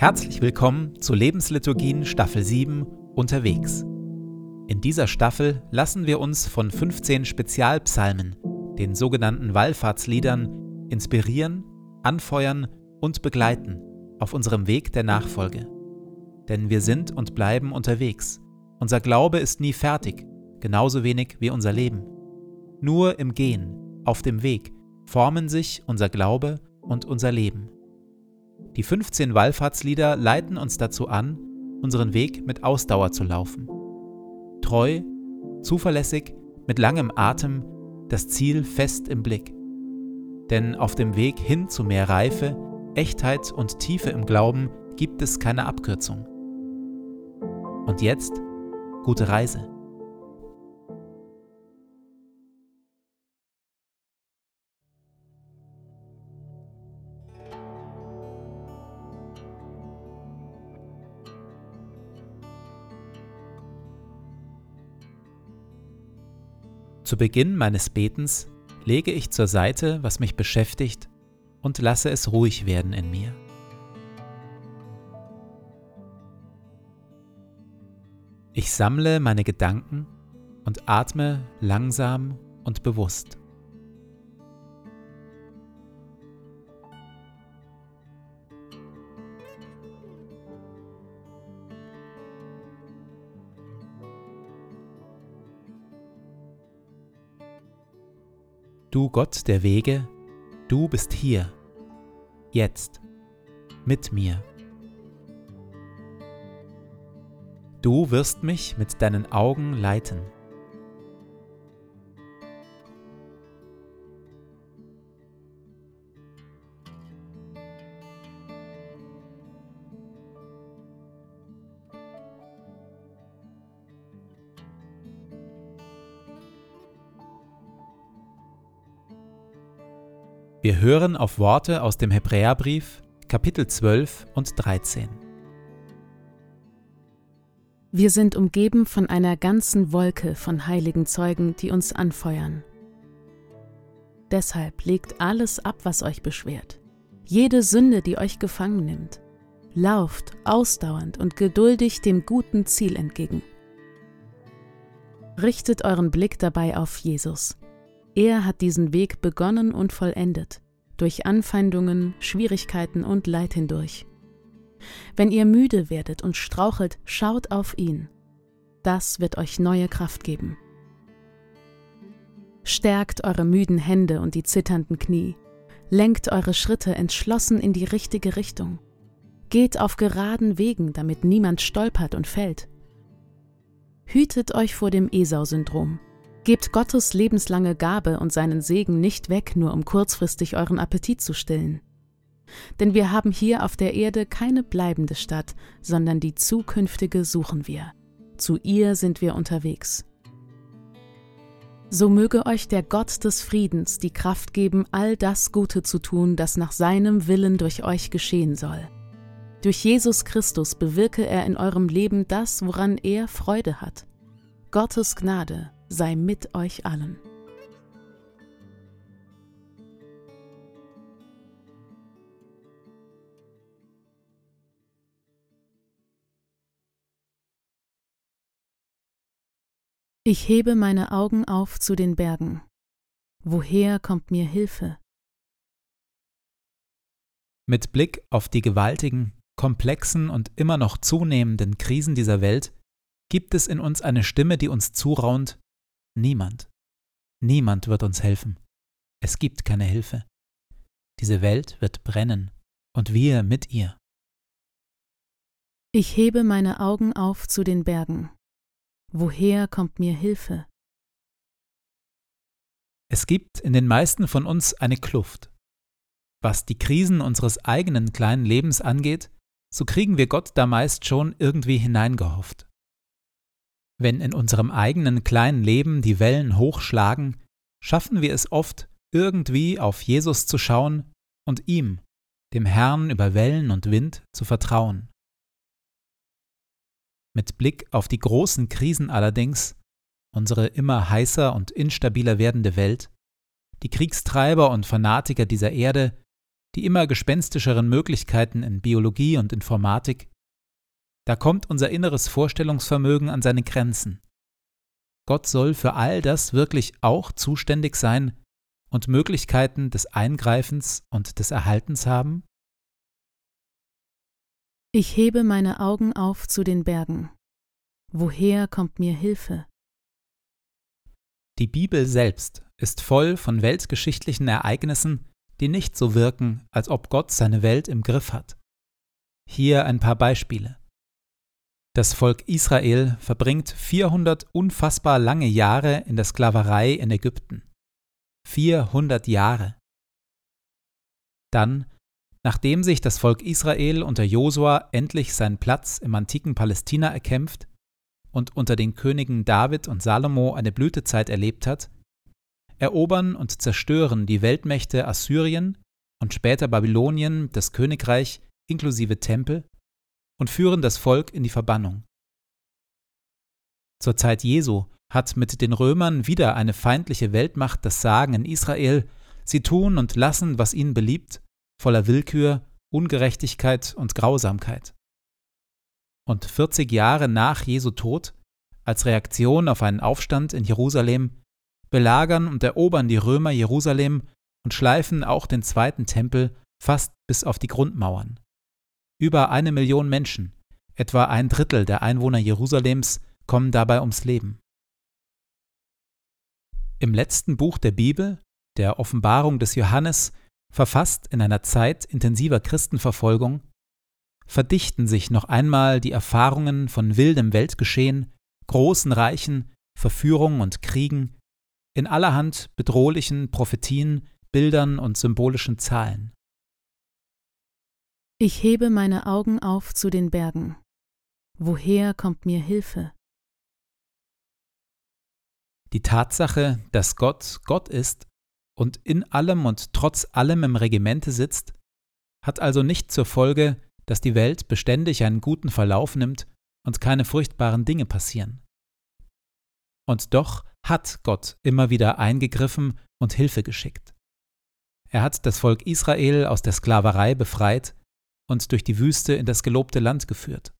Herzlich willkommen zu Lebensliturgien Staffel 7 Unterwegs. In dieser Staffel lassen wir uns von 15 Spezialpsalmen, den sogenannten Wallfahrtsliedern, inspirieren, anfeuern und begleiten auf unserem Weg der Nachfolge. Denn wir sind und bleiben unterwegs. Unser Glaube ist nie fertig, genauso wenig wie unser Leben. Nur im Gehen, auf dem Weg, formen sich unser Glaube und unser Leben. Die 15 Wallfahrtslieder leiten uns dazu an, unseren Weg mit Ausdauer zu laufen. Treu, zuverlässig, mit langem Atem, das Ziel fest im Blick. Denn auf dem Weg hin zu mehr Reife, Echtheit und Tiefe im Glauben gibt es keine Abkürzung. Und jetzt, gute Reise. Zu Beginn meines Betens lege ich zur Seite, was mich beschäftigt, und lasse es ruhig werden in mir. Ich sammle meine Gedanken und atme langsam und bewusst. Du Gott der Wege, du bist hier, jetzt, mit mir. Du wirst mich mit deinen Augen leiten. Wir hören auf Worte aus dem Hebräerbrief, Kapitel 12 und 13. Wir sind umgeben von einer ganzen Wolke von heiligen Zeugen, die uns anfeuern. Deshalb legt alles ab, was euch beschwert, jede Sünde, die euch gefangen nimmt. Lauft ausdauernd und geduldig dem guten Ziel entgegen. Richtet euren Blick dabei auf Jesus. Er hat diesen Weg begonnen und vollendet, durch Anfeindungen, Schwierigkeiten und Leid hindurch. Wenn ihr müde werdet und strauchelt, schaut auf ihn. Das wird euch neue Kraft geben. Stärkt eure müden Hände und die zitternden Knie. Lenkt eure Schritte entschlossen in die richtige Richtung. Geht auf geraden Wegen, damit niemand stolpert und fällt. Hütet euch vor dem Esau-Syndrom. Gebt Gottes lebenslange Gabe und seinen Segen nicht weg, nur um kurzfristig euren Appetit zu stillen. Denn wir haben hier auf der Erde keine bleibende Stadt, sondern die zukünftige suchen wir. Zu ihr sind wir unterwegs. So möge euch der Gott des Friedens die Kraft geben, all das Gute zu tun, das nach seinem Willen durch euch geschehen soll. Durch Jesus Christus bewirke er in eurem Leben das, woran er Freude hat. Gottes Gnade sei mit euch allen. Ich hebe meine Augen auf zu den Bergen. Woher kommt mir Hilfe? Mit Blick auf die gewaltigen, komplexen und immer noch zunehmenden Krisen dieser Welt gibt es in uns eine Stimme, die uns zuraunt: Niemand. Niemand wird uns helfen. Es gibt keine Hilfe. Diese Welt wird brennen und wir mit ihr. Ich hebe meine Augen auf zu den Bergen. Woher kommt mir Hilfe? Es gibt in den meisten von uns eine Kluft. Was die Krisen unseres eigenen kleinen Lebens angeht, so kriegen wir Gott da meist schon irgendwie hineingehofft. Wenn in unserem eigenen kleinen Leben die Wellen hochschlagen, schaffen wir es oft, irgendwie auf Jesus zu schauen und ihm, dem Herrn über Wellen und Wind, zu vertrauen. Mit Blick auf die großen Krisen allerdings, unsere immer heißer und instabiler werdende Welt, die Kriegstreiber und Fanatiker dieser Erde, die immer gespenstischeren Möglichkeiten in Biologie und Informatik, da kommt unser inneres Vorstellungsvermögen an seine Grenzen. Gott soll für all das wirklich auch zuständig sein und Möglichkeiten des Eingreifens und des Erhaltens haben? Ich hebe meine Augen auf zu den Bergen. Woher kommt mir Hilfe? Die Bibel selbst ist voll von weltgeschichtlichen Ereignissen, die nicht so wirken, als ob Gott seine Welt im Griff hat. Hier ein paar Beispiele. Das Volk Israel verbringt 400 unfassbar lange Jahre in der Sklaverei in Ägypten. 400 Jahre. Dann, nachdem sich das Volk Israel unter Josua endlich seinen Platz im antiken Palästina erkämpft und unter den Königen David und Salomo eine Blütezeit erlebt hat, erobern und zerstören die Weltmächte Assyrien und später Babylonien das Königreich inklusive Tempel und führen das Volk in die Verbannung. Zur Zeit Jesu hat mit den Römern wieder eine feindliche Weltmacht das Sagen in Israel, sie tun und lassen, was ihnen beliebt, voller Willkür, Ungerechtigkeit und Grausamkeit. Und 40 Jahre nach Jesu Tod, als Reaktion auf einen Aufstand in Jerusalem, belagern und erobern die Römer Jerusalem und schleifen auch den zweiten Tempel fast bis auf die Grundmauern. Über 1 Million Menschen, etwa 1/3 der Einwohner Jerusalems, kommen dabei ums Leben. Im letzten Buch der Bibel, der Offenbarung des Johannes, verfasst in einer Zeit intensiver Christenverfolgung, verdichten sich noch einmal die Erfahrungen von wildem Weltgeschehen, großen Reichen, Verführung und Kriegen, in allerhand bedrohlichen Prophetien, Bildern und symbolischen Zahlen. Ich hebe meine Augen auf zu den Bergen. Woher kommt mir Hilfe? Die Tatsache, dass Gott Gott ist und in allem und trotz allem im Regimente sitzt, hat also nicht zur Folge, dass die Welt beständig einen guten Verlauf nimmt und keine furchtbaren Dinge passieren. Und doch hat Gott immer wieder eingegriffen und Hilfe geschickt. Er hat das Volk Israel aus der Sklaverei befreit und durch die Wüste in das gelobte Land geführt.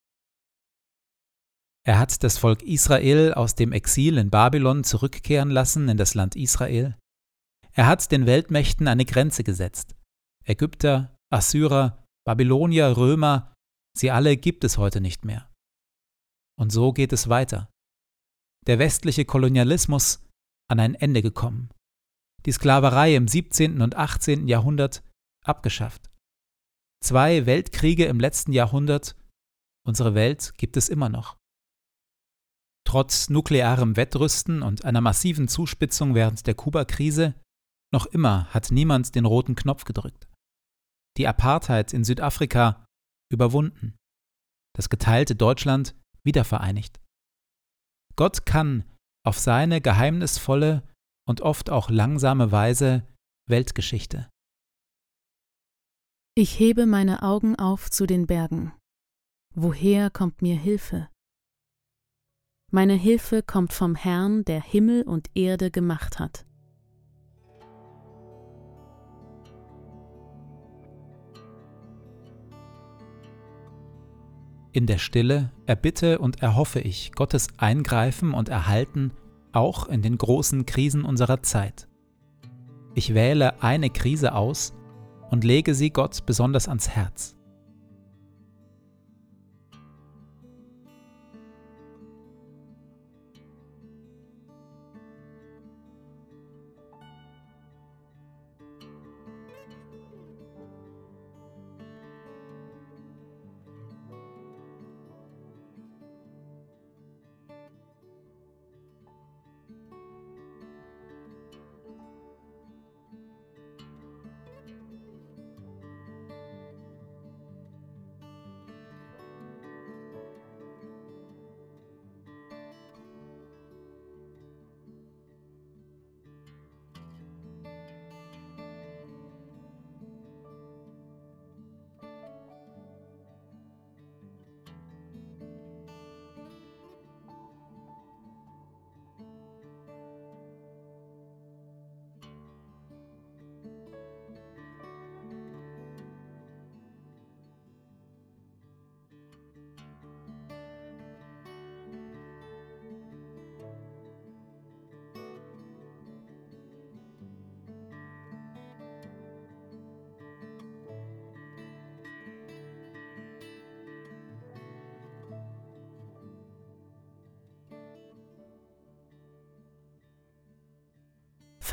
Er hat das Volk Israel aus dem Exil in Babylon zurückkehren lassen in das Land Israel. Er hat den Weltmächten eine Grenze gesetzt. Ägypter, Assyrer, Babylonier, Römer, sie alle gibt es heute nicht mehr. Und so geht es weiter. Der westliche Kolonialismus an ein Ende gekommen. Die Sklaverei im 17. und 18. Jahrhundert abgeschafft. 2 Weltkriege im letzten Jahrhundert, unsere Welt gibt es immer noch. Trotz nuklearem Wettrüsten und einer massiven Zuspitzung während der Kuba-Krise, noch immer hat niemand den roten Knopf gedrückt. Die Apartheid in Südafrika überwunden. Das geteilte Deutschland wiedervereinigt. Gott kann auf seine geheimnisvolle und oft auch langsame Weise Weltgeschichte. Ich hebe meine Augen auf zu den Bergen. Woher kommt mir Hilfe? Meine Hilfe kommt vom Herrn, der Himmel und Erde gemacht hat. In der Stille erbitte und erhoffe ich Gottes Eingreifen und Erhalten auch in den großen Krisen unserer Zeit. Ich wähle eine Krise aus und lege sie Gott besonders ans Herz.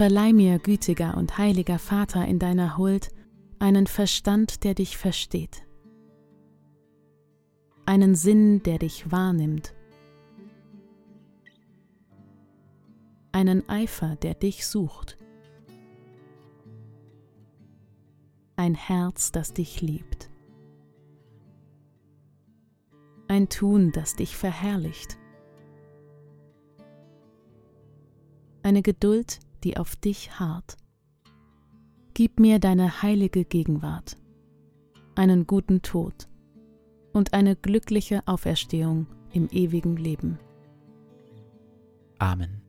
Verleih mir, gütiger und heiliger Vater, in deiner Huld einen Verstand, der dich versteht, einen Sinn, der dich wahrnimmt, einen Eifer, der dich sucht, ein Herz, das dich liebt, ein Tun, das dich verherrlicht, eine Geduld, die auf dich harrt. Gib mir deine heilige Gegenwart, einen guten Tod und eine glückliche Auferstehung im ewigen Leben. Amen.